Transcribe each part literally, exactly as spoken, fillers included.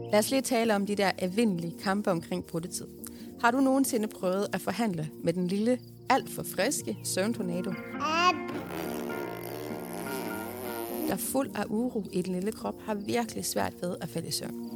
Lad os lige tale om de der evindelige kampe omkring brudtetid. Har du nogensinde prøvet at forhandle med den lille, alt for friske søvntornado, der fuld af uro i den lille krop, har virkelig svært ved at falde i søvn?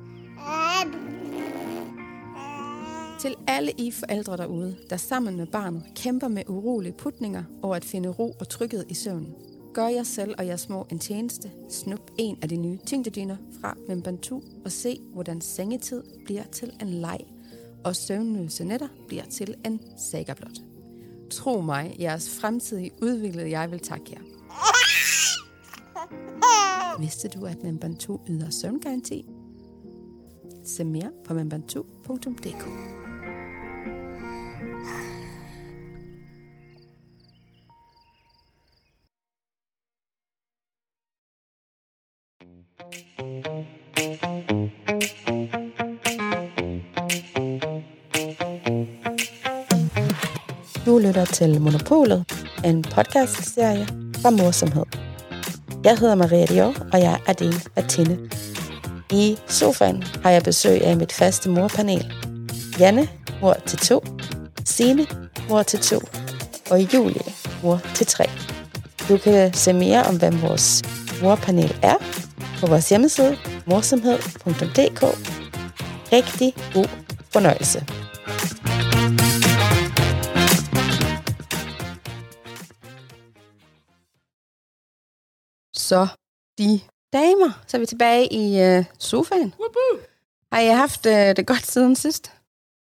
Til alle I forældre derude, der sammen med barnet kæmper med urolige putninger over at finde ro og tryghed i søvnen, gør jer selv og jeres små en tjeneste. Snup en af de nye tyngdedyner fra Membantu og se, hvordan sengetid bliver til en leg, og søvnløse nætter bliver til en saga blot. Tro mig, jeres fremtidige udviklede jeg vil takke jer. Vidste du, at Membantu yder søvngaranti? Se mere på membantu punktum d k. Du lytter til Monopolet, en podcastserie fra Morsomhed. Jeg hedder Maria Dior, og jeg er del af Tinde. I sofaen har jeg besøg af mit faste morpanel. Janne, mor til to. Signe, mor til to. Og Julie, mor til tre. Du kan se mere om, hvem vores morpanel er, på vores hjemmeside morsomhed punktum d k. Rigtig god fornøjelse. Så de damer, så er vi tilbage i øh, sofaen. Woohoo! Har I haft øh, det godt siden sidst?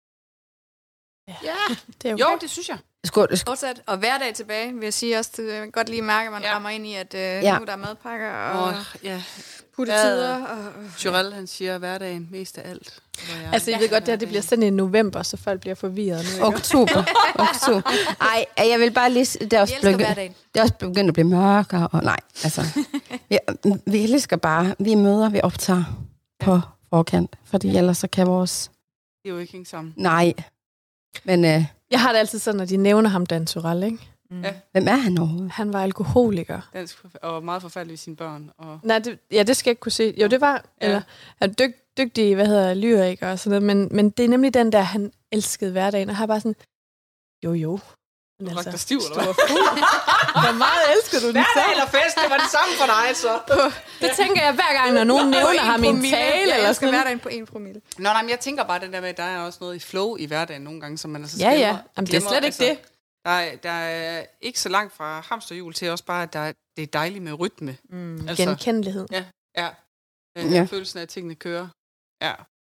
Ja, det er jo, jo, det synes jeg. Skål, skål. Fortsat. Og hverdag tilbage, vil jeg sige også, det er godt lige mærke, at man ja. rammer ind i, at øh, ja. nu der er madpakker og oh, ja. puttetider. Og, Jurel, han siger hverdagen mest af alt. Jeg altså, jeg ved godt, at det bliver sådan i november, så folk bliver forvirret nu. Oktober. Oktober. Ej, jeg vil bare lige... Det er også, begyndt, det er også begyndt at blive mørkere, og nej, altså... vi, vi elsker bare... Vi møder, vi optager på forkant, fordi ellers så kan vores... Det er jo ikke hængt sammen. Nej, men... Øh, jeg har det altid sådan, når de nævner ham, Dan Turell, ikke? Mm. Ja. Hvem er han overhovedet? Han var alkoholiker. Dansk og meget forfærdelig ved sine børn. Og... Nej, det, ja, det skal jeg ikke kunne se. Jo, det var... Ja. Eller, han er dyg, dygtig, hvad hedder, lyriker og sådan noget, men, men det er nemlig den der, han elskede hverdagen, og har bare sådan... Jo, jo. Du drak dig stiv, eller hvad? Hvor meget elsker du den så? Hverdag eller fest, det var det samme for dig, så. Det tænker jeg hver gang, når nogen nævner ham i en tale. Jeg elsker hverdagen på en promille. Nå, nej, men jeg tænker bare den der med, at der er også noget i flow i hverdagen nogle gange, som man altså ja, glemmer. Ja, ja. Det er slet ikke altså, det. Der er, der er ikke så langt fra hamsterhjul til også bare, at der er, det er dejligt med rytme. Mm, altså, genkendelighed. Ja, ja. Øh, ja. Følelsen af, at tingene kører. Ja.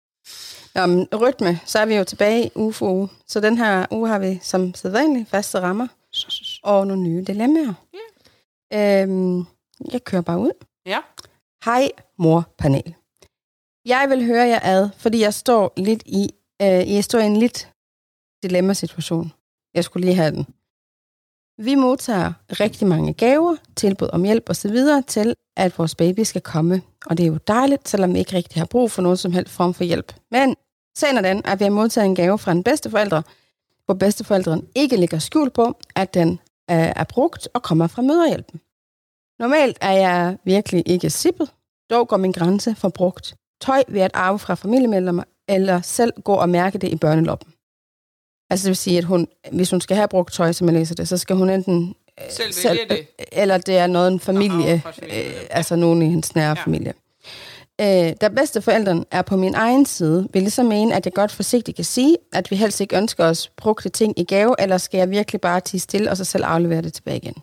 Om rytme, så er vi jo tilbage uge for uge. Så den her uge har vi som sædvanligt faste rammer og nogle nye dilemmaer. Yeah. Øhm, jeg kører bare ud. Ja. Hej, morpanel. Jeg vil høre jer ad, fordi jeg står lidt i, øh, jeg står i en lidt dilemmasituation. Jeg skulle lige have den. Vi modtager rigtig mange gaver, tilbud om hjælp osv. til, at vores baby skal komme. Og det er jo dejligt, selvom vi ikke rigtig har brug for nogen som helst form for hjælp. Men sagen er den, at vi har modtaget en gave fra en bedsteforælder, hvor bedsteforældren ikke lægger skjul på, at den øh, er brugt og kommer fra møderhjælpen. Normalt er jeg virkelig ikke sippet, dog går min grænse for brugt tøj ved at arve fra familiemedlemmer, eller selv gå og mærke det i børneloppen. Altså det vil sige, at hun, hvis hun skal have brugt tøj, som jeg læser det, så skal hun enten øh, selv, selv det. Eller det er noget en familie, øh, altså nogen i hendes nære ja. familie. Øh, da bedsteforældren er på min egen side, vil jeg så mene, at jeg godt forsigtigt kan sige, at vi helst ikke ønsker os brugte ting i gave, eller skal jeg virkelig bare tie stille og så selv aflevere det tilbage igen?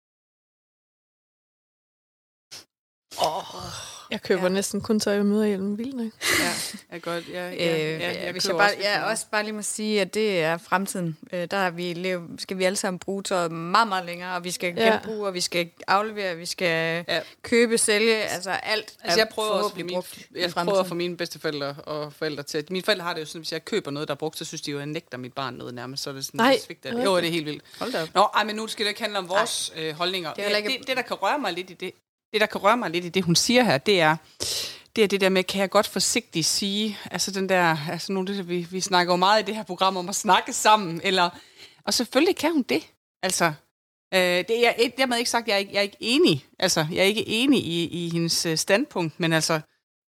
Åh, oh, jeg køber ja. næsten kun tøj og møderhjælpen, vildt nok. Ja, jeg godt. Ja, ja, ja, øh, jeg, hvis jeg bare, også, jeg også bare lige må sige, at det er fremtiden. Øh, der er vi lev, skal vi alle sammen bruge tøjet meget, meget længere, og vi skal ja. genbruge, og vi skal aflevere, vi skal ja. købe, sælge, altså alt. Altså jeg prøver også for, min, jeg prøver for mine bedsteforældre og forældre til, at mine forældre har det jo sådan, hvis jeg køber noget, der er brugt, så synes de jo, at jeg nægter mit barn noget nærmest, så er det sådan, Nej. Så svigter det. Jo, det er helt vildt. Hold da op. Nå, ej, men nu skal det ikke handle om vores øh, holdninger. Det, det, det, det, der kan røre mig lidt i det, det, der kan røre mig lidt i det, hun siger her, det er, det er det der med, kan jeg godt forsigtigt sige, altså den der, altså nu det, vi, vi snakker jo meget i det her program om at snakke sammen, eller, og selvfølgelig kan hun det, altså, øh, det er dermed ikke sagt, jeg er ikke, jeg er ikke enig, altså, jeg er ikke enig i, i hendes standpunkt, men altså,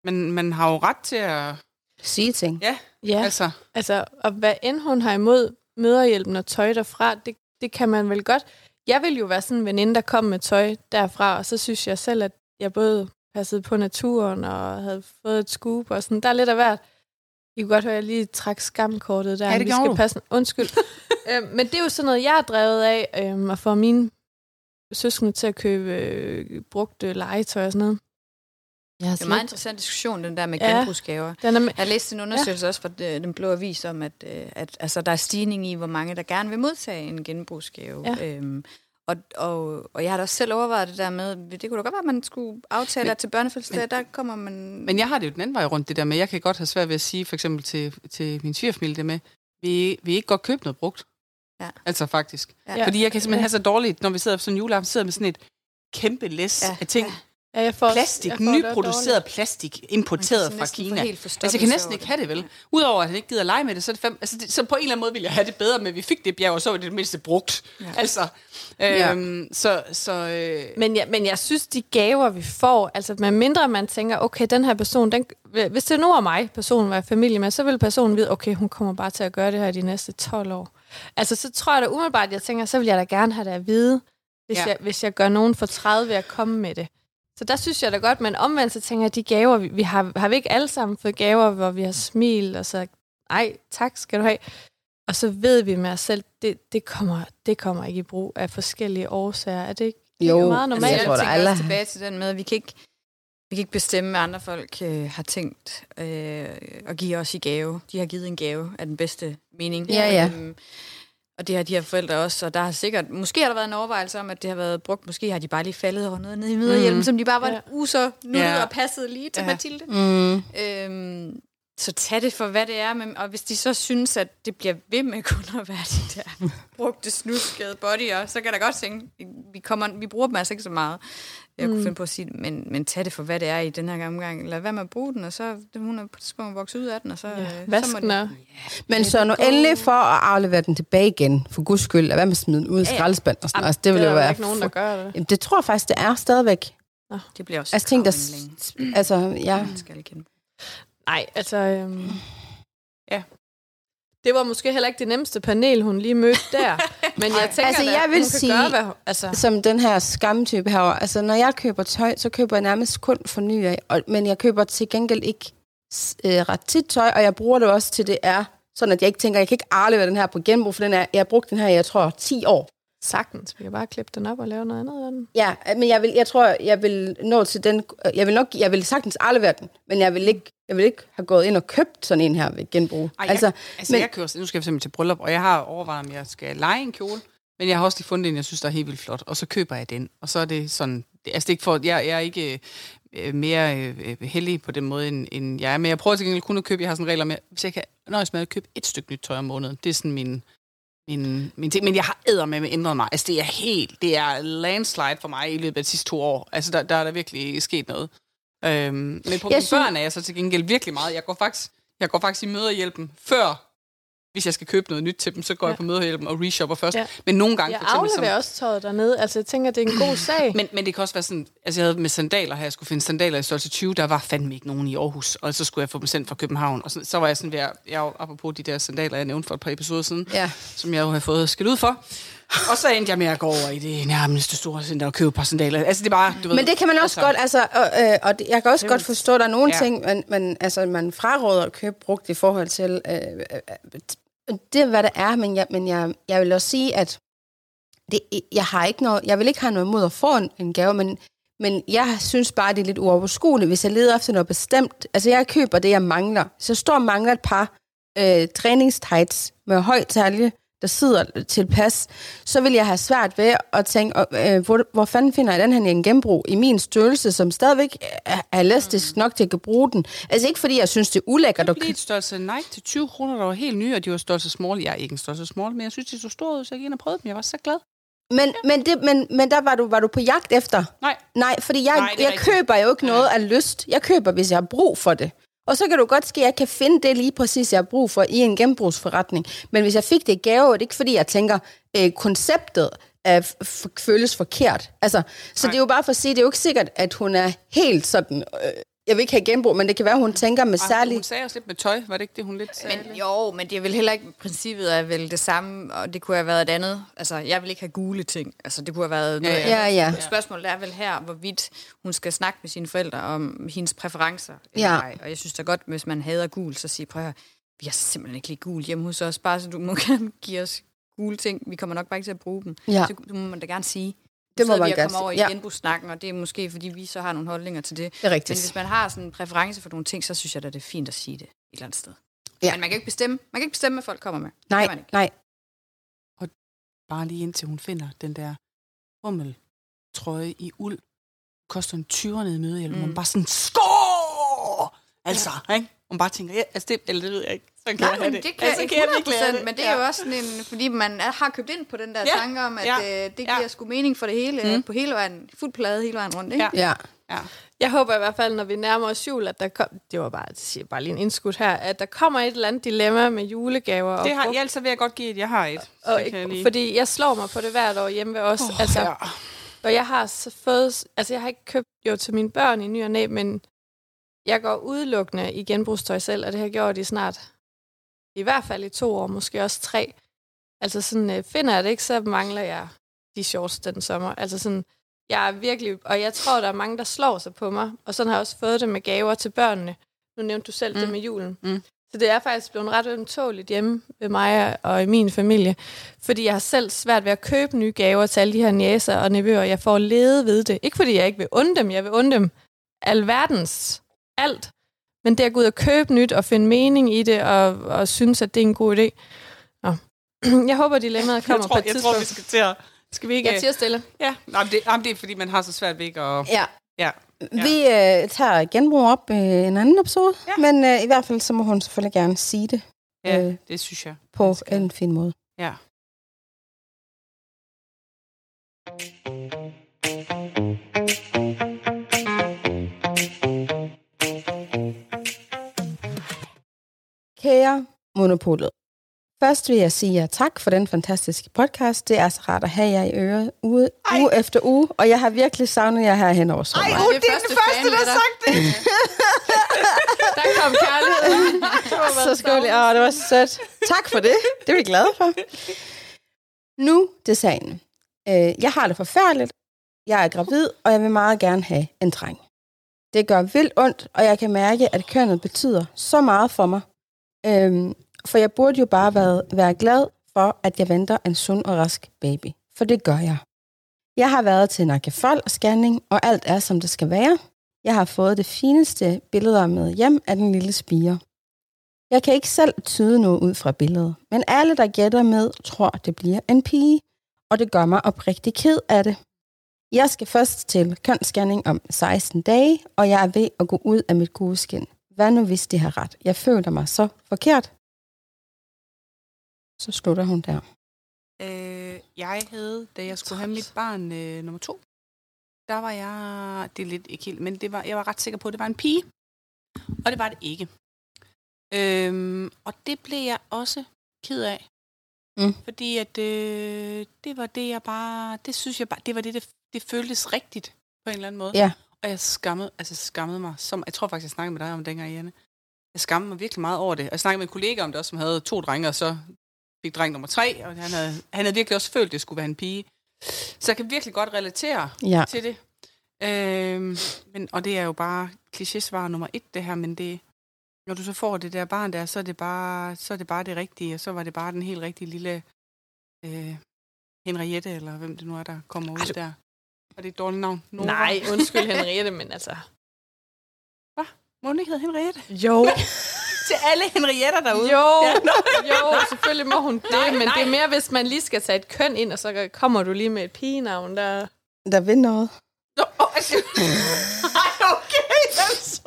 man, man har jo ret til at... sige ting. Ja, ja. altså. altså. Og hvad end hun har imod møderhjælpen og tøj derfra, det, det kan man vel godt. Jeg vil jo være sådan en veninde, der kom med tøj derfra, og så synes jeg selv, at jeg både passede på naturen og havde fået et scoop og sådan. Der er lidt af hvert. I kunne godt høre, at jeg lige trak skamkortet der. Ja, det vi skal du. passe. Undskyld. øhm, men det er jo sådan noget, jeg er drevet af, øhm, at få mine søskende til at købe øh, brugte legetøj og sådan noget. Ja, det er en meget interessant diskussion, den der med ja, genbrugsgaver. Den er med, jeg læste en undersøgelse ja. også fra Den Blå Avis om, at, at altså, der er stigning i, hvor mange der gerne vil modtage en genbrugsgave. Ja. Øhm, og, og, og jeg har da også selv overvejet det der med, det kunne da godt være, at man skulle aftale, men, at til børnefødselsdag, der kommer man... Men jeg har det jo den anden vej rundt, det der med, jeg kan godt have svært ved at sige, for eksempel til, til min svigerfamilie, det med, vi vil ikke godt købe noget brugt. Ja. Altså faktisk. Ja. Fordi jeg kan simpelthen ja. have så dårligt, når vi sidder på sådan en juleaften, sidder med sådan et kæmpe læs ja. af ting. Ja. Ja, jeg får, plastik, jeg får nyproduceret plastik, importeret fra Kina. Altså, jeg kan næsten ikke have det, vel? Ja. Udover at han ikke gider lege med det, så, er det fem, altså, det, så på en eller anden måde ville jeg have det bedre med, at vi fik det bjerg, og så var det det mindste brugt. Ja. Altså, øhm, ja. så... så øh... men, ja, men jeg synes, de gaver, vi får, altså med mindre man tænker, okay, den her person, den, hvis det nu er mig, personen var i familie med, så vil personen vide, okay, hun kommer bare til at gøre det her de næste tolv år. Altså, så tror jeg da umiddelbart, jeg tænker, så vil jeg da gerne have det at vide, hvis, ja. jeg, hvis jeg gør nogen for tredive ved at komme med det. Så der synes jeg da godt, men omvendt så tænker jeg, at de gaver, vi, vi har, har vi ikke alle sammen fået gaver, hvor vi har smil og sagt, ej, tak skal du have. Og så ved vi med os selv, det, det, kommer, det kommer ikke i brug af forskellige årsager. Er det ikke, det jo, er meget normalt? Altså, jeg tænker også tilbage til den med, at vi kan ikke, vi kan ikke bestemme, hvad andre folk øh, har tænkt øh, at give os i gave. De har givet en gave af den bedste mening. Ja, ja. Øhm, Og det har de her forældre også, og der har sikkert, måske har der været en overvejelse om, at det har været brugt, måske har de bare lige faldet over noget nede i møderhjælpen, mm. som de bare var ja. user nuttet ja. og passede lige til ja. Mathilde. Mm. Øhm, så tag det for, hvad det er, men, og hvis de så synes, at det bliver ved med kun at være de der brugte, snuskede bodyer, så kan jeg da godt tænke, vi, kommer, vi bruger dem altså ikke så meget. Jeg kunne mm. finde på at sige det, men, men tag det for, hvad det er i den her omgang. Lad være med at bruge den, og så hun er på tidspunkt vokset ud af den, og så... Ja, så må det, ja. Men så nu endelig for at aflevere den tilbage igen, for guds skyld, lad være med at smide den ud i ja, ja. skraldespand og sådan. Altså, det, det vil jo være... ikke nogen, der gør det. Jamen, det tror jeg faktisk, det er stadigvæk. Nå, det bliver også altså, ting, der... Altså, ja. Nej, altså... Øhm... Ja. Det var måske heller ikke det nemmeste panel, hun lige mødte der. Men jeg tænker, altså, jeg vil sige, gøre, hvad, altså. som den her skamtype her, altså når jeg køber tøj, så køber jeg nærmest kun for ny af, og, men jeg køber til gengæld ikke øh, ret tit tøj, og jeg bruger det også til det er, sådan at jeg ikke tænker, jeg kan ikke aflevere den her på genbrug, for den er, jeg har brugt den her, jeg tror, ti år. Sagtens. Vi kan bare klippe den op og lave noget andet af den. Ja, men jeg, vil, jeg tror, jeg vil nå til den, jeg vil nok, jeg vil sagtens aflevere den, men jeg vil ikke, jeg vil ikke have gået ind og købt sådan en her ved genbrug. Ej, altså, jeg, altså men, jeg kører, nu skal jeg simpelthen til bryllup, og jeg har overvejet, om jeg skal lege en kjole, men jeg har også lige fundet en, jeg synes, der er helt vildt flot, og så køber jeg den, og så er det sådan, det, altså det er ikke for, jeg, jeg er ikke øh, mere øh, heldig på den måde, end, end jeg er, men jeg prøver til gengæld kun at købe, jeg har sådan regler med, hvis jeg kan nøjes med at købe et stykke nyt tøj om måneden, det er sådan min... Min, min ting. Men jeg har eddermame ændret mig. Altså, det er helt, det er landslide for mig i løbet af de sidste to år. Altså, der, der er der virkelig sket noget. Øhm, men på jeg mine synes... børn er jeg så til gengæld virkelig meget. Jeg går faktisk, jeg går faktisk i møderhjælpen før, hvis jeg skal købe noget nyt til dem, så går ja. jeg på møderhjælpen og reshopper først. Ja. Men nogle gange... Jeg for eksempel, afleverer som... også tøjet dernede. Altså, jeg tænker, det er en god sag. men, men det kan også være sådan... Altså, jeg havde med sandaler her. Jeg skulle finde sandaler i størrelse tyve. Der var fandme ikke nogen i Aarhus. Og så skulle jeg få dem sendt fra København. Og så, så var jeg sådan ved at... Jeg er apropos de der sandaler, jeg nævnte for et par episoder siden, ja. som jeg jo har fået skilt ud for. Og så endte jeg med at gå over i det nærmeste store center og købe et par sandaler. Altså, det er bare... Du ved, men det kan man også altså, godt... Altså, og, øh, og det, jeg kan også det, godt forstå, at der er nogle ja. ting, man, man, altså, man fraråder at købe brugt i forhold til... Øh, øh, det er, hvad det er, men jeg, men jeg, jeg vil også sige, at det, jeg har ikke noget, jeg vil ikke have noget imod at få en, en gave, men, men jeg synes bare, det er lidt uoverskueligt, hvis jeg leder efter noget bestemt. Altså, jeg køber det, jeg mangler. Så står og mangler et par øh, træningstights med høj talje, der sidder tilpas, så vil jeg have svært ved at tænke, øh, hvor, hvor fanden finder jeg den her i en genbrug i min størrelse, som stadigvæk er, er elastisk nok til at kunne bruge den. Altså ikke fordi jeg synes, det er ulækkert. Det blev et størrelse Nike til tyve kroner, der var helt nye, og de var størrelse small. Jeg er ikke en størrelse small, men jeg synes, de så store ud, så jeg gik ind og prøvede dem. Jeg var så glad. Men, ja. men, det, men, men der var du, var du på jagt efter? Nej. Nej, fordi jeg, Nej, jeg køber jo ikke noget af lyst. Jeg køber, hvis jeg har brug for det. Og så kan du godt ske, at jeg kan finde det lige præcis, jeg har brug for i en genbrugsforretning. Men hvis jeg fik det i gave, er det ikke fordi, jeg tænker, øh, konceptet er, f- føles forkert. Altså, så Nej. Det er jo bare for at sige, det er jo ikke sikkert, at hun er helt sådan øh, jeg vil ikke have genbrug, men det kan være, hun tænker med særlig... Hun sagde også lidt med tøj, var det ikke det, hun lidt sagde? Men, jo, men det er vel heller ikke... Princippet er vel det samme, og det kunne have været et andet. Altså, jeg vil ikke have gule ting. Altså, det kunne have været noget ja, ja, ja. Spørgsmålet er vel her, hvorvidt hun skal snakke med sine forældre om hendes præferencer. Ja. Og jeg synes da godt, hvis man hader gul, så siger prøv at høre, vi har simpelthen ikke lige gul hjemme hos os, bare så du må gerne give os gule ting. Vi kommer nok bare ikke til at bruge dem. Ja. Så du må man da gerne sige. Det må så man vi gerne komme over sige. i genbrugssnakken, og det er måske, fordi vi så har nogle holdninger til det. Det er rigtigt. Men hvis man har sådan en præference for nogle ting, så synes jeg da, det er fint at sige det et eller andet sted. Ja. Men man kan ikke bestemme, man kan ikke bestemme, hvad folk kommer med. Nej, man ikke. nej. Og bare lige indtil hun finder den der rummeltrøje i uld, koster en tyver nede i Mødehjælpen, mm. man bare sådan, skål! Altså, ja. Ikke? Man bare tænker, ja, altså det, eller det ved jeg ikke. Så kan Nej, jeg have men det. det kan altså, jeg kan jeg hundrede procent, men det er ja. jo også sådan en, fordi man har købt ind på den der ja. tanke om, at ja. øh, det giver ja. sgu mening for det hele, mm. på hele vejen, fuld plade hele vejen rundt, ikke? Ja. ja. ja. Jeg håber i hvert fald, når vi nærmer os jul, at der kom, det var bare, det siger bare lige en indskud her, at der kommer et eller andet dilemma med julegaver. Det og har jeg altså vil jeg godt give, at jeg har et. Og ikke, jeg lige... Fordi jeg slår mig på det hvert år hjemme ved os. Oh, altså, ja. Og jeg har så fået, altså jeg har ikke købt jo til mine børn i ny og næ, men jeg går udelukkende i genbrugstøj selv, og det har jeg gjort i snart, i hvert fald i to år, måske også tre. Altså sådan, øh, finder jeg det ikke, så mangler jeg de shorts den sommer. Altså sådan, jeg er virkelig, og jeg tror, der er mange, der slår sig på mig, og sådan har jeg også fået det med gaver til børnene. Nu nævnte du selv mm. det med julen. Mm. Så det er faktisk blevet ret ømtåligt hjemme ved mig og i min familie, fordi jeg har selv svært ved at købe nye gaver til alle de her næser og nevøer. Jeg får lede ved det. Ikke fordi jeg ikke vil unde dem, jeg vil unde dem alverdens alt. Men det at gå ud og købe nyt og finde mening i det og, og synes, at det er en god idé. Nå. Jeg håber, dilemmaet kommer jeg tror, på et jeg tidspunkt. tror, vi skal til at... Skal vi ikke... Jeg siger stille. Ja, nej, det, jamen, det er, fordi man har så svært ved ikke at... Ja. ja. Vi øh, tager genbrug op i øh, en anden episode, ja. men øh, i hvert fald så må hun selvfølgelig gerne sige det. Ja, øh, det synes jeg. På en fin måde. Ja. Kære Monopolet. Først vil jeg sige jer tak for den fantastiske podcast. Det er så rart at have jer i øret uge, uge efter uge, og jeg har virkelig savnet jer her hen over sommeren. Ej, uh, det er den første, der har sagt det. Der kom kærligheden. Så skål. Åh, det var sødt. Tak for det. Det er vi glade for. Nu til sagen. Jeg har det forfærdeligt. Jeg er gravid, og jeg vil meget gerne have en dreng. Det gør vildt ondt, og jeg kan mærke, at kønnet betyder så meget for mig. Øhm, for jeg burde jo bare være, være glad for, at jeg venter en sund og rask baby. For det gør jeg. Jeg har været til en akefold-scanning, og alt er, som det skal være. Jeg har fået det fineste billeder med hjem af den lille spire. Jeg kan ikke selv tyde noget ud fra billedet, men alle, der gætter med, tror, det bliver en pige, og det gør mig oprigtig ked af det. Jeg skal først til kønsscanning om seksten dage, og jeg er ved at gå ud af mit gode skin. Hvad nu, hvis de har ret? Jeg føler mig så forkert. Så slutter hun der. Øh, jeg havde, da jeg skulle have mit barn øh, nummer to, der var jeg, det er lidt ikke helt, men det var, jeg var ret sikker på, at det var en pige. Og det var det ikke. Øhm, og det blev jeg også ked af. Mm. Fordi at øh, det var det, jeg bare, det synes jeg bare, det var det, det, det føltes rigtigt på en eller anden måde. Ja. Og jeg skammede, altså skammede mig, som, jeg tror faktisk, jeg snakkede med dig om dengang, Janne. Jeg skammede mig virkelig meget over det. Og jeg snakkede med en kollega om det også, som havde to drenge, og så fik dreng nummer tre, og han havde, han havde virkelig også følt, at det skulle være en pige. Så jeg kan virkelig godt relatere ja. til det. Øhm, men, og det er jo bare klichésvar nummer et, det her, men det, når du så får det der barn der, så er det bare, så er det, bare det rigtige, og så var det bare den helt rigtige lille øh, Henriette, eller hvem det nu er, der kommer ud altså, der. Var det et dårligt navn? Nora? Nej, undskyld Henriette, men altså... Hvad? Må hun ikke hedde Henriette? Jo. Til alle Henrietter derude? Jo, ja, jo, selvfølgelig må hun det, nej, men nej. Det er mere, hvis man lige skal tage et køn ind, og så kommer du lige med et pigenavn, der... Der vil noget. Nå, oh, altså... Ej, okay, altså...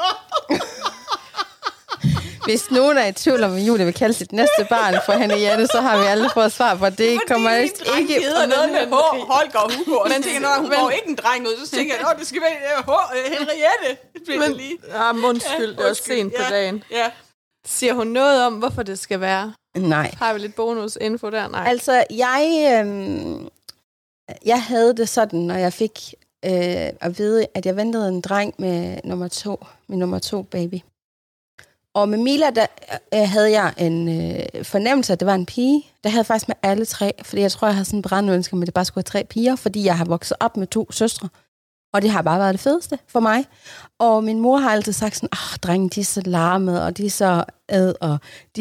Hvis nogen er i tvivl om, hvad Julie vil kalde sit næste barn for Henriette, så har vi alle fået svar på, at det fordi kommer ikke... Fordi det hedder noget med H, Holger og Hugo, og så tænker jeg, hun får ikke en dreng ud, så tænker jeg, at det skal være H, Henriette. Det men, lige. Ja, undskyld, ja, det er sent på ja, dagen. Ja. Siger hun noget om, hvorfor det skal være? Nej. Har vi lidt bonusinfo der? Nej. Altså, jeg, øh, jeg havde det sådan, når jeg fik øh, at vide, at jeg ventede en dreng med nummer to, min nummer to baby. Og med Mila, der øh, havde jeg en øh, fornemmelse, at det var en pige. Der havde jeg faktisk med alle tre, fordi jeg tror, jeg havde sådan en brandønske, at det bare skulle være tre piger, fordi jeg har vokset op med to søstre. Og det har bare været det fedeste for mig. Og min mor har altid sagt sådan, åh, drenge, de er så larmede, og de er så ad, og de,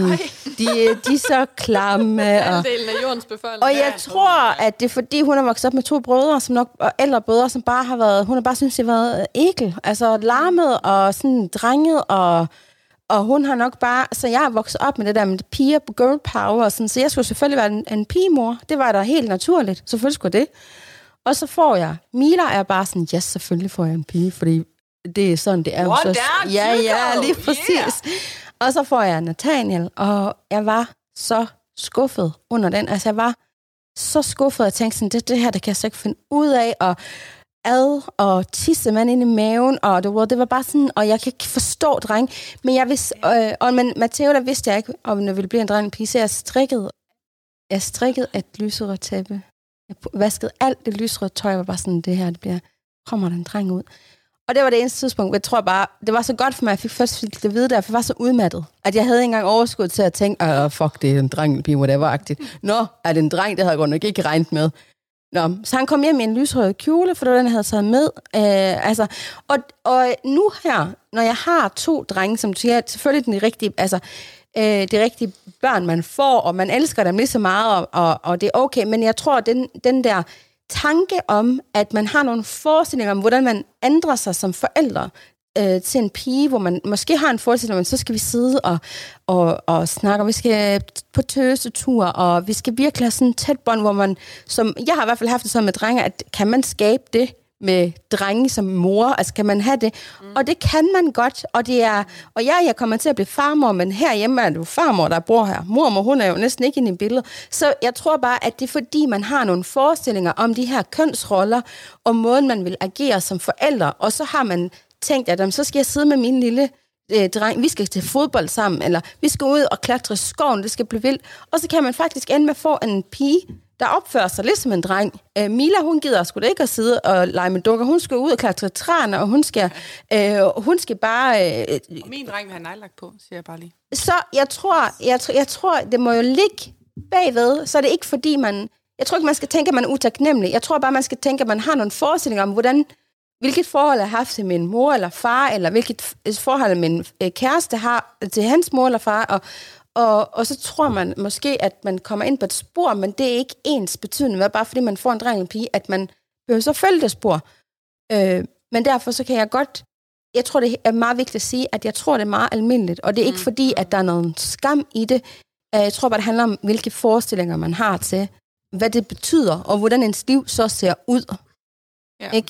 de, de er så klamme. Og, delen af jordens befolkning. og jeg tror, at det er fordi, hun har vokset op med to brødre, som nok, og ældre brødre, som bare har været, hun har bare synes, det har været ækel. Altså larmet og sådan drenget, og, og hun har nok bare, så jeg har vokset op med det der med piger på girl power, og sådan, så jeg skulle selvfølgelig være en, en pigemor. Det var da helt naturligt. Selvfølgelig skulle det. Og så får jeg, Mila er bare sådan, ja, yes, selvfølgelig får jeg en pige, fordi det er sådan, det er jo så... Ja, ja, lige præcis. Yeah. Og så får jeg Nathaniel, og jeg var så skuffet under den. Altså, jeg var så skuffet, og tænkte sådan, det, det her, det kan jeg så ikke finde ud af, og ad, og tisse mand ind i maven, og det, det var bare sådan, og jeg kan ikke forstå dreng, men jeg vidste, øh, og men Matteo, der vidste jeg ikke, om det ville blive en dreng en pige, så jeg strikkede, jeg strikkede et lyserødt tæppe. Jeg vaskede alt det lysrøde tøj, og var bare sådan, det her, det bliver, kommer der en dreng ud. Og det var det eneste tidspunkt, jeg tror bare, det var så godt for mig, at jeg fik først fik det vide der, for jeg var så udmattet, at jeg havde ikke engang overskud til at tænke, åh, fuck, det er en dreng, en pige, whatever-agtigt. Nå, er det en dreng, det havde jeg godt nok ikke regnet med. Nå, så han kom hjem i en lysrød kjole, for det var den, jeg havde taget med. Øh, altså, og, og nu her, når jeg har to drenge, som siger, selvfølgelig den rigtige, altså, øh, de rigtige børn, man får, og man elsker dem lige så meget, og, og, og det er okay, men jeg tror, den, den der tanke om, at man har nogle forestillinger om, hvordan man ændrer sig som forældre øh, til en pige, hvor man måske har en forestilling om, så skal vi sidde og, og, og snakke, og vi skal på tøsetur, og vi skal virkelig have sådan en tæt bånd, hvor man, som jeg har i hvert fald haft det sådan med drenge, at kan man skabe det med drenge som mor, altså kan man have det, mm. og det kan man godt, og det er, og ja, jeg kommer til at blive farmor, men herhjemme er det jo farmor, der bor her. Mormor, hun er jo næsten ikke inde i billedet, så jeg tror bare, at det er fordi, man har nogle forestillinger om de her kønsroller, og måden, man vil agere som forældre, og så har man tænkt, at så skal jeg sidde med min lille øh, dreng, vi skal til fodbold sammen, eller vi skal ud og klatre i skoven, det skal blive vildt, og så kan man faktisk ende med at få en pige, der opfører sig lidt som en dreng. Øh, Mila, hun gider sgu da ikke at sidde og lege med dukker. Hun skal ud og klatre træerne, og hun skal, øh, hun skal bare... Øh, og min dreng vil have nejlagt på, siger jeg bare lige. Så jeg tror, jeg, jeg tror, det må jo ligge bagved, så er det ikke fordi man... Jeg tror ikke, man skal tænke, at man er utaknemmelig. Jeg tror bare, man skal tænke, at man har nogle forestillinger om, hvordan, hvilket forhold jeg har haft til min mor eller far, eller hvilket forhold min kæreste har til hans mor eller far, og Og, og så tror man måske, at man kommer ind på et spor, men det er ikke ens betydende, bare fordi man får en dreng og en pige, at man behøver så følge det spor. Øh, men derfor så kan jeg godt, jeg tror, det er meget vigtigt at sige, at jeg tror, det er meget almindeligt, og det er ikke mm. fordi, at der er noget skam i det. Jeg tror bare, det handler om, hvilke forestillinger man har til, hvad det betyder, og hvordan ens liv så ser ud. Ja. Ikke?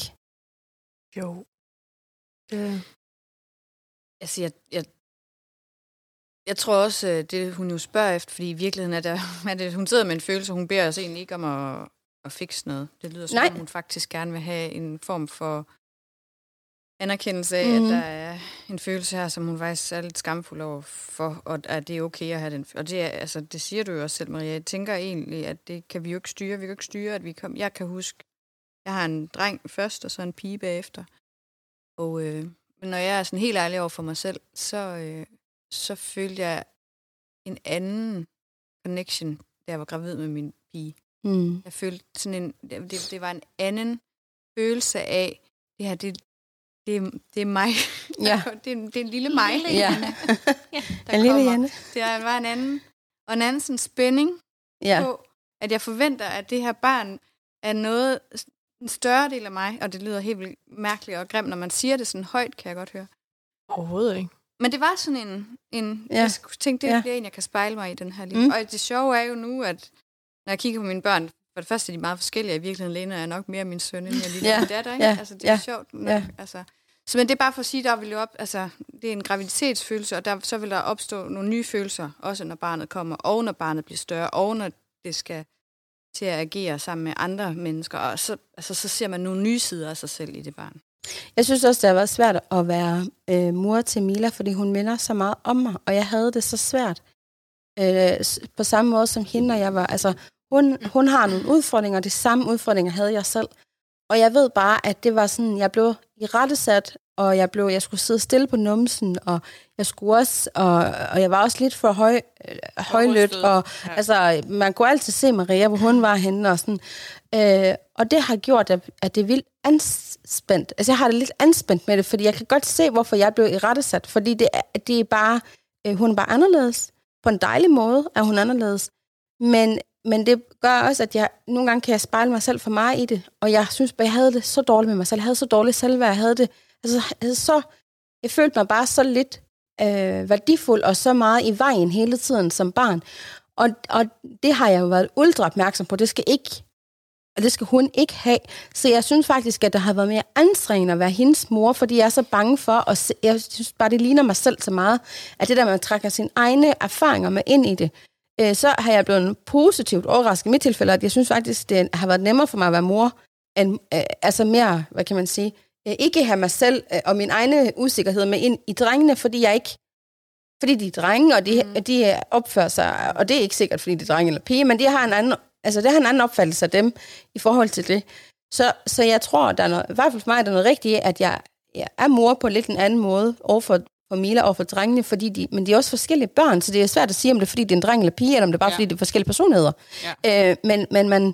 Jo. Øh. Altså, jeg... jeg Jeg tror også, det hun jo spørger efter, fordi i virkeligheden er, der, er det, hun sidder med en følelse, og hun beder os egentlig ikke om at, at fikse noget. Det lyder som, om hun faktisk gerne vil have en form for anerkendelse af, mm. at der er en følelse her, som hun faktisk er lidt skamfuld over for, og at det er okay at have den. Og det, er, altså, det siger du jo også selv, Maria. Jeg tænker egentlig, at det kan vi jo ikke styre. Vi kan jo ikke styre, at vi kom. Jeg kan huske, jeg har en dreng først, og så en pige bagefter. Og øh, når jeg er sådan helt ærlig over for mig selv, så... Øh, så følte jeg en anden connection, da jeg var gravid med min pige. Mm. Jeg følte sådan en, det, det var en anden følelse af, det her, det, det, det er mig. Ja. det, det er en lille mig. Lille ja. ja. En lille Janne. Det var en anden, og en anden sådan spænding ja. på, at jeg forventer, at det her barn er noget, en større del af mig, og det lyder helt vildt mærkeligt og grimt, når man siger det sådan højt, kan jeg godt høre. Overhovedet ikke. Men det var sådan en, en ja. jeg tænkte, det er ja. en, jeg kan spejle mig i den her liv. Mm. Og det sjove er jo nu, at når jeg kigger på mine børn, for det første er de meget forskellige, i virkeligheden læner jeg nok mere min søn, end jeg lige ja. min datter, ikke? Ja. Altså, det er ja. sjovt. Nok, ja. altså. Så men det er bare for at sige, der vil jo op, altså, det er en graviditetsfølelse, og der, så vil der opstå nogle nye følelser, også når barnet kommer, og når barnet bliver større, og når det skal til at agere sammen med andre mennesker, og så, altså, så ser man nogle nye sider af sig selv i det barn. Jeg synes også, det har været svært at være øh, mor til Mila, fordi hun minder så meget om mig, og jeg havde det så svært. Øh, på samme måde som hende, og jeg var, altså, hun, hun har nogle udfordringer, de samme udfordringer havde jeg selv. og jeg ved bare, at det var sådan, jeg blev irettesat, og jeg blev, jeg skulle sidde stille på numsen, og jeg skulle også, og, og jeg var også lidt for høj, øh, højlydt, og ja. altså, man kunne altid se Maria, hvor hun var henne, og sådan, øh, og det har gjort, at, at det er vildt anspændt. Altså, jeg har det lidt anspændt med det, fordi jeg kan godt se, hvorfor jeg blev irettesat, fordi det er, det er bare, øh, hun er bare anderledes. På en dejlig måde er hun anderledes, men Men det gør også, at jeg nogle gange kan jeg spejle mig selv for meget i det. Og jeg synes, at jeg havde det så dårligt med mig selv. Jeg havde så dårligt selvværd. Jeg havde det, altså, jeg, havde så, jeg følte mig bare så lidt øh, værdifuld og så meget i vejen hele tiden som barn. Og, og det har jeg jo været ultra opmærksom på. Det skal ikke, og det skal hun ikke have. Så jeg synes faktisk, at det har været mere anstrengende at være hendes mor, fordi jeg er så bange for, og jeg synes bare, det ligner mig selv så meget, at det der, man trækker sine egne erfaringer med ind i det, så har jeg blevet positivt overrasket i mit tilfælde, at jeg synes faktisk, det har været nemmere for mig at være mor, end, øh, altså mere, hvad kan man sige, øh, ikke have mig selv øh, og min egne usikkerhed med ind i drengene, fordi jeg ikke, fordi de er drenge, og de, mm. de opfører sig, og det er ikke sikkert, fordi de er drenge eller pige, men de har en anden, altså det har en anden opfattelse af dem i forhold til det. Så, så jeg tror, der er noget, i hvert fald for mig er der noget rigtigt i, at jeg, jeg er mor på lidt en anden måde overfor for Mila og for drengene, fordi de, men de er også forskellige børn, så det er svært at sige, om det er, fordi det er en dreng eller pige, eller om det er bare, ja. fordi det er forskellige personligheder. Ja. Øh, men men man,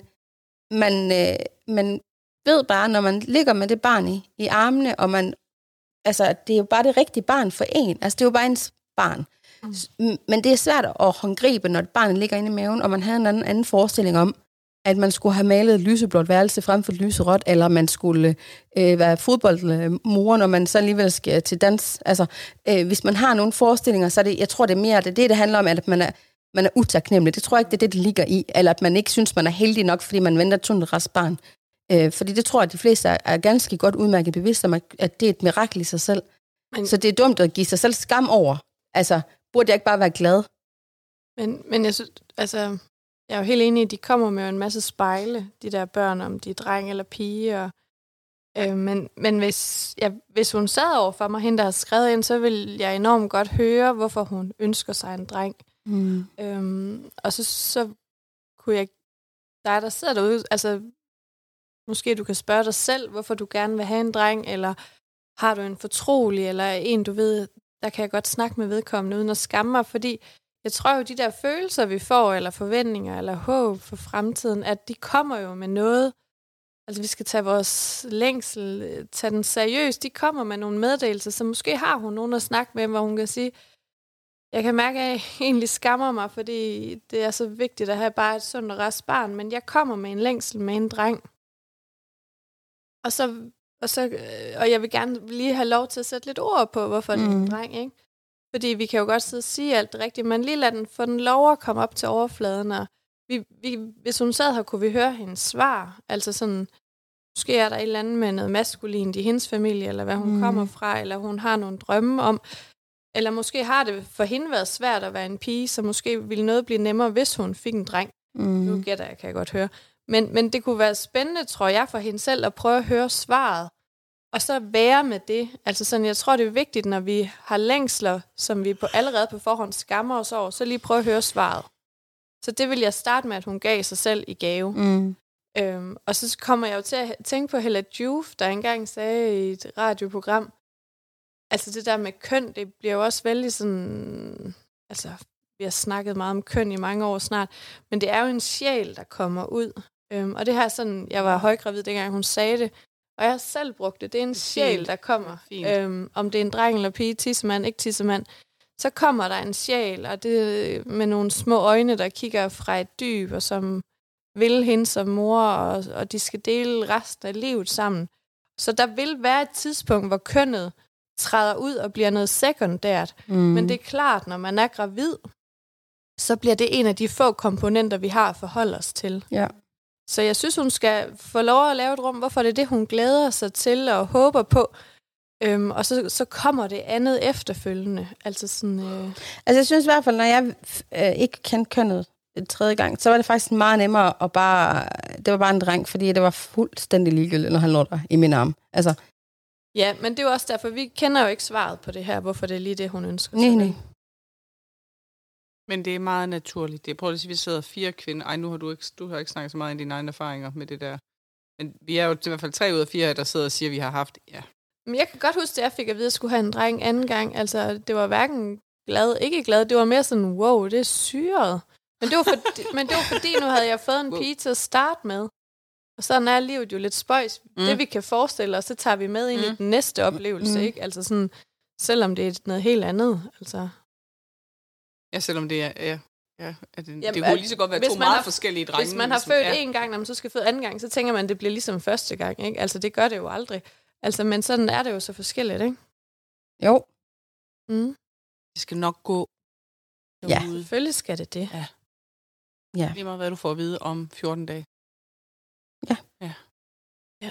man, øh, man ved bare, når man ligger med det barn i, i armene, og man, altså, det er jo bare det rigtige barn for en. Altså, det er jo bare ens barn. Mm. Men det er svært at håndgribe, når barnet ligger inde i maven, og man havde en anden, anden forestilling om, at man skulle have malet et lyseblåt værelse frem for et lyserødt, eller man skulle øh, være fodboldmor, når man så alligevel skal til dans. Altså, øh, hvis man har nogle forestillinger, så er det, jeg tror, det er mere det, det, det handler om, at man er, man er utaknemmelig. Det tror jeg ikke, det er det, det ligger i, eller at man ikke synes, man er heldig nok, fordi man venter til et rask barn. Øh, fordi det tror jeg, at de fleste er, er ganske godt udmærket bevidst om, at det er et mirakel i sig selv. Men, så det er dumt at give sig selv skam over. Altså, burde jeg ikke bare være glad? Men, men jeg synes, altså... Jeg er jo helt enig i, at de kommer med en masse spejle, de der børn, om de er dreng eller pige. Og, øh, men men hvis, ja, hvis hun sad over for mig, hende der har skrevet ind, så vil jeg enormt godt høre, hvorfor hun ønsker sig en dreng. Mm. Øhm, og så, så kunne jeg... dig, der sidder derude, altså måske du kan spørge dig selv, hvorfor du gerne vil have en dreng, eller har du en fortrolig, eller en, du ved, der kan jeg godt snakke med vedkommende, uden at skamme mig, fordi jeg tror jo, de der følelser, vi får, eller forventninger, eller håb for fremtiden, at de kommer jo med noget. Altså, vi skal tage vores længsel, tage den seriøst. De kommer med nogle meddelelser, så måske har hun nogen at snakke med, hvor hun kan sige, jeg kan mærke, at jeg egentlig skammer mig, fordi det er så vigtigt at have bare et sundt og rask barn, men jeg kommer med en længsel med en dreng. Og så, og så, og jeg vil gerne lige have lov til at sætte lidt ord på, hvorfor mm. det er en dreng, ikke? Fordi vi kan jo godt sidde og sige alt det rigtige, men lige lad den få den lov at komme op til overfladen. Og vi, vi, hvis hun sad her, kunne vi høre hendes svar. Altså sådan, måske er der et eller andet med noget maskulint i hendes familie, eller hvad hun mm. kommer fra, eller hun har nogle drømme om. Eller måske har det for hende været svært at være en pige, så måske ville noget blive nemmere, hvis hun fik en dreng. Mm. Nu gætter jeg, kan jeg godt høre. Men, men det kunne være spændende, tror jeg, for hende selv at prøve at høre svaret. Og så være med det. Altså sådan, jeg tror, det er vigtigt, når vi har længsler, som vi på, allerede på forhånd skammer os over, så lige prøve at høre svaret. Så det vil jeg starte med, at hun gav sig selv i gave. Mm. Øhm, og så kommer jeg jo til at tænke på Hella Juf, der engang sagde i et radioprogram, altså det der med køn, det bliver jo også vældig sådan, altså vi har snakket meget om køn i mange år snart, men det er jo en sjæl, der kommer ud. Øhm, og det her sådan, jeg var højgravid, dengang hun sagde det, og jeg har selv brugt det. Det er en det er sjæl, der kommer. Øhm, om det er en dreng eller pige, tissemand, ikke tissemand, så kommer der en sjæl, og det med nogle små øjne, der kigger fra et dyb, og som vil hende som mor, og, og de skal dele resten af livet sammen. Så der vil være et tidspunkt, hvor kønnet træder ud og bliver noget sekundært. Mm. Men det er klart, når man er gravid, så bliver det en af de få komponenter, vi har at forholde os til. Ja. Så jeg synes, hun skal få lov at lave et rum, hvorfor det er det, hun glæder sig til og håber på. Øhm, og så, så kommer det andet efterfølgende. Altså, sådan, øh... altså jeg synes i hvert fald, når jeg øh, ikke kendte kønnet et tredje gang, så var det faktisk meget nemmere at bare... Det var bare en dreng, fordi det var fuldstændig ligegyldigt, når han lå der i min arm. Altså... Ja, men det er jo også derfor, vi kender jo ikke svaret på det her, hvorfor det er lige det, hun ønsker sig. Nej, nej. Men det er meget naturligt. Det er, prøv at sige, vi sidder fire kvinder. Ej, nu har du ikke, du har ikke snakket så meget om dine egne erfaringer med det der Men vi er jo i hvert fald tre ud af fire, der sidder og siger, at vi har haft... Ja. Men jeg kan godt huske, at jeg fik at vide, at jeg skulle have en dreng anden gang. Altså, det var hverken glad, ikke glad. Det var mere sådan, wow, det er syret. Men det var, for, men det var fordi, nu havde jeg fået en pige til at starte med. Og sådan er livet jo lidt spøjs. Mm. Det vi kan forestille os, så tager vi med ind mm. i den næste oplevelse, mm. ikke? Altså sådan, selvom det er noget helt andet, altså. Ja, selvom det er... Ja. Ja, det, Jamen, det kunne lige så godt være to meget har, forskellige drenge. Hvis man har født ja. en gang, når man så skal føde anden gang, så tænker man, at det bliver ligesom første gang, ikke? Altså, det gør det jo aldrig. Altså, men sådan er det jo så forskelligt, ikke? Jo. Mm. Det skal nok gå. Ja, selvfølgelig skal det det. Ja. Ja. Lige meget, hvad du får at vide om fjorten dage. Ja. Ja. Ja.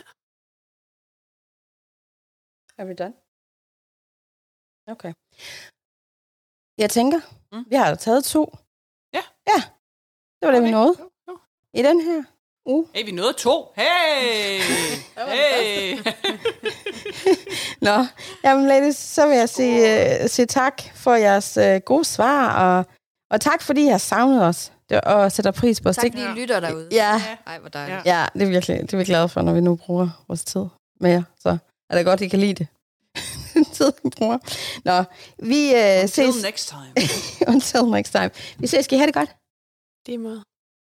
Er vi done? Okay. Jeg tænker, mm. vi har taget to. Ja. Ja, det var det, okay. vi nåede. Jo, jo. I den her uge. Hey, vi nåede to. Hey! Hey! Nå, jamen ladies, så vil jeg sige, uh, sige tak for jeres uh, gode svar, og, og tak fordi I har savnet os, det, og sætter pris på os. Tak fordi I lytter derude. Ja. Ej, hvor dejligt. Ja, det er, virkelig, det er vi glade for, når vi nu bruger vores tid med jer. Så er det godt, I kan lide det. tid, vi bruger. Nå, vi uh, ses... Until next time. Until next time. Vi ses. Skal I have det godt? Det er meget.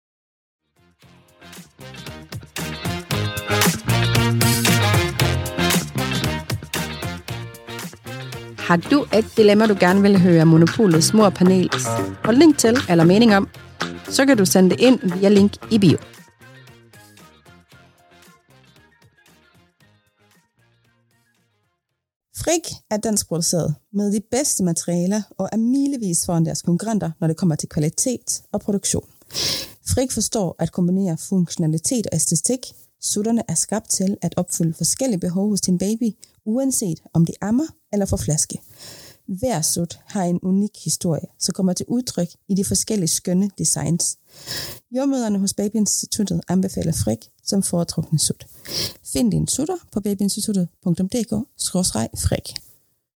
Har du et dilemma, du gerne vil høre Monopolets morpanels holdning til eller mening om, så kan du sende det ind via link i bio. Frig er dansk produceret med de bedste materialer og er milevis foran deres konkurrenter, når det kommer til kvalitet og produktion. Frig forstår at kombinere funktionalitet og æstetik. Sutterne er skabt til at opfylde forskellige behov hos din baby, uanset om de ammer eller får flaske. Hver sut har en unik historie, som kommer til udtryk i de forskellige skønne designs. Jordmøderne hos Babyinstituttet anbefaler Frig som foretrukne sut. Find din sutter på babyinstituttet punktum d k skråstreg frig.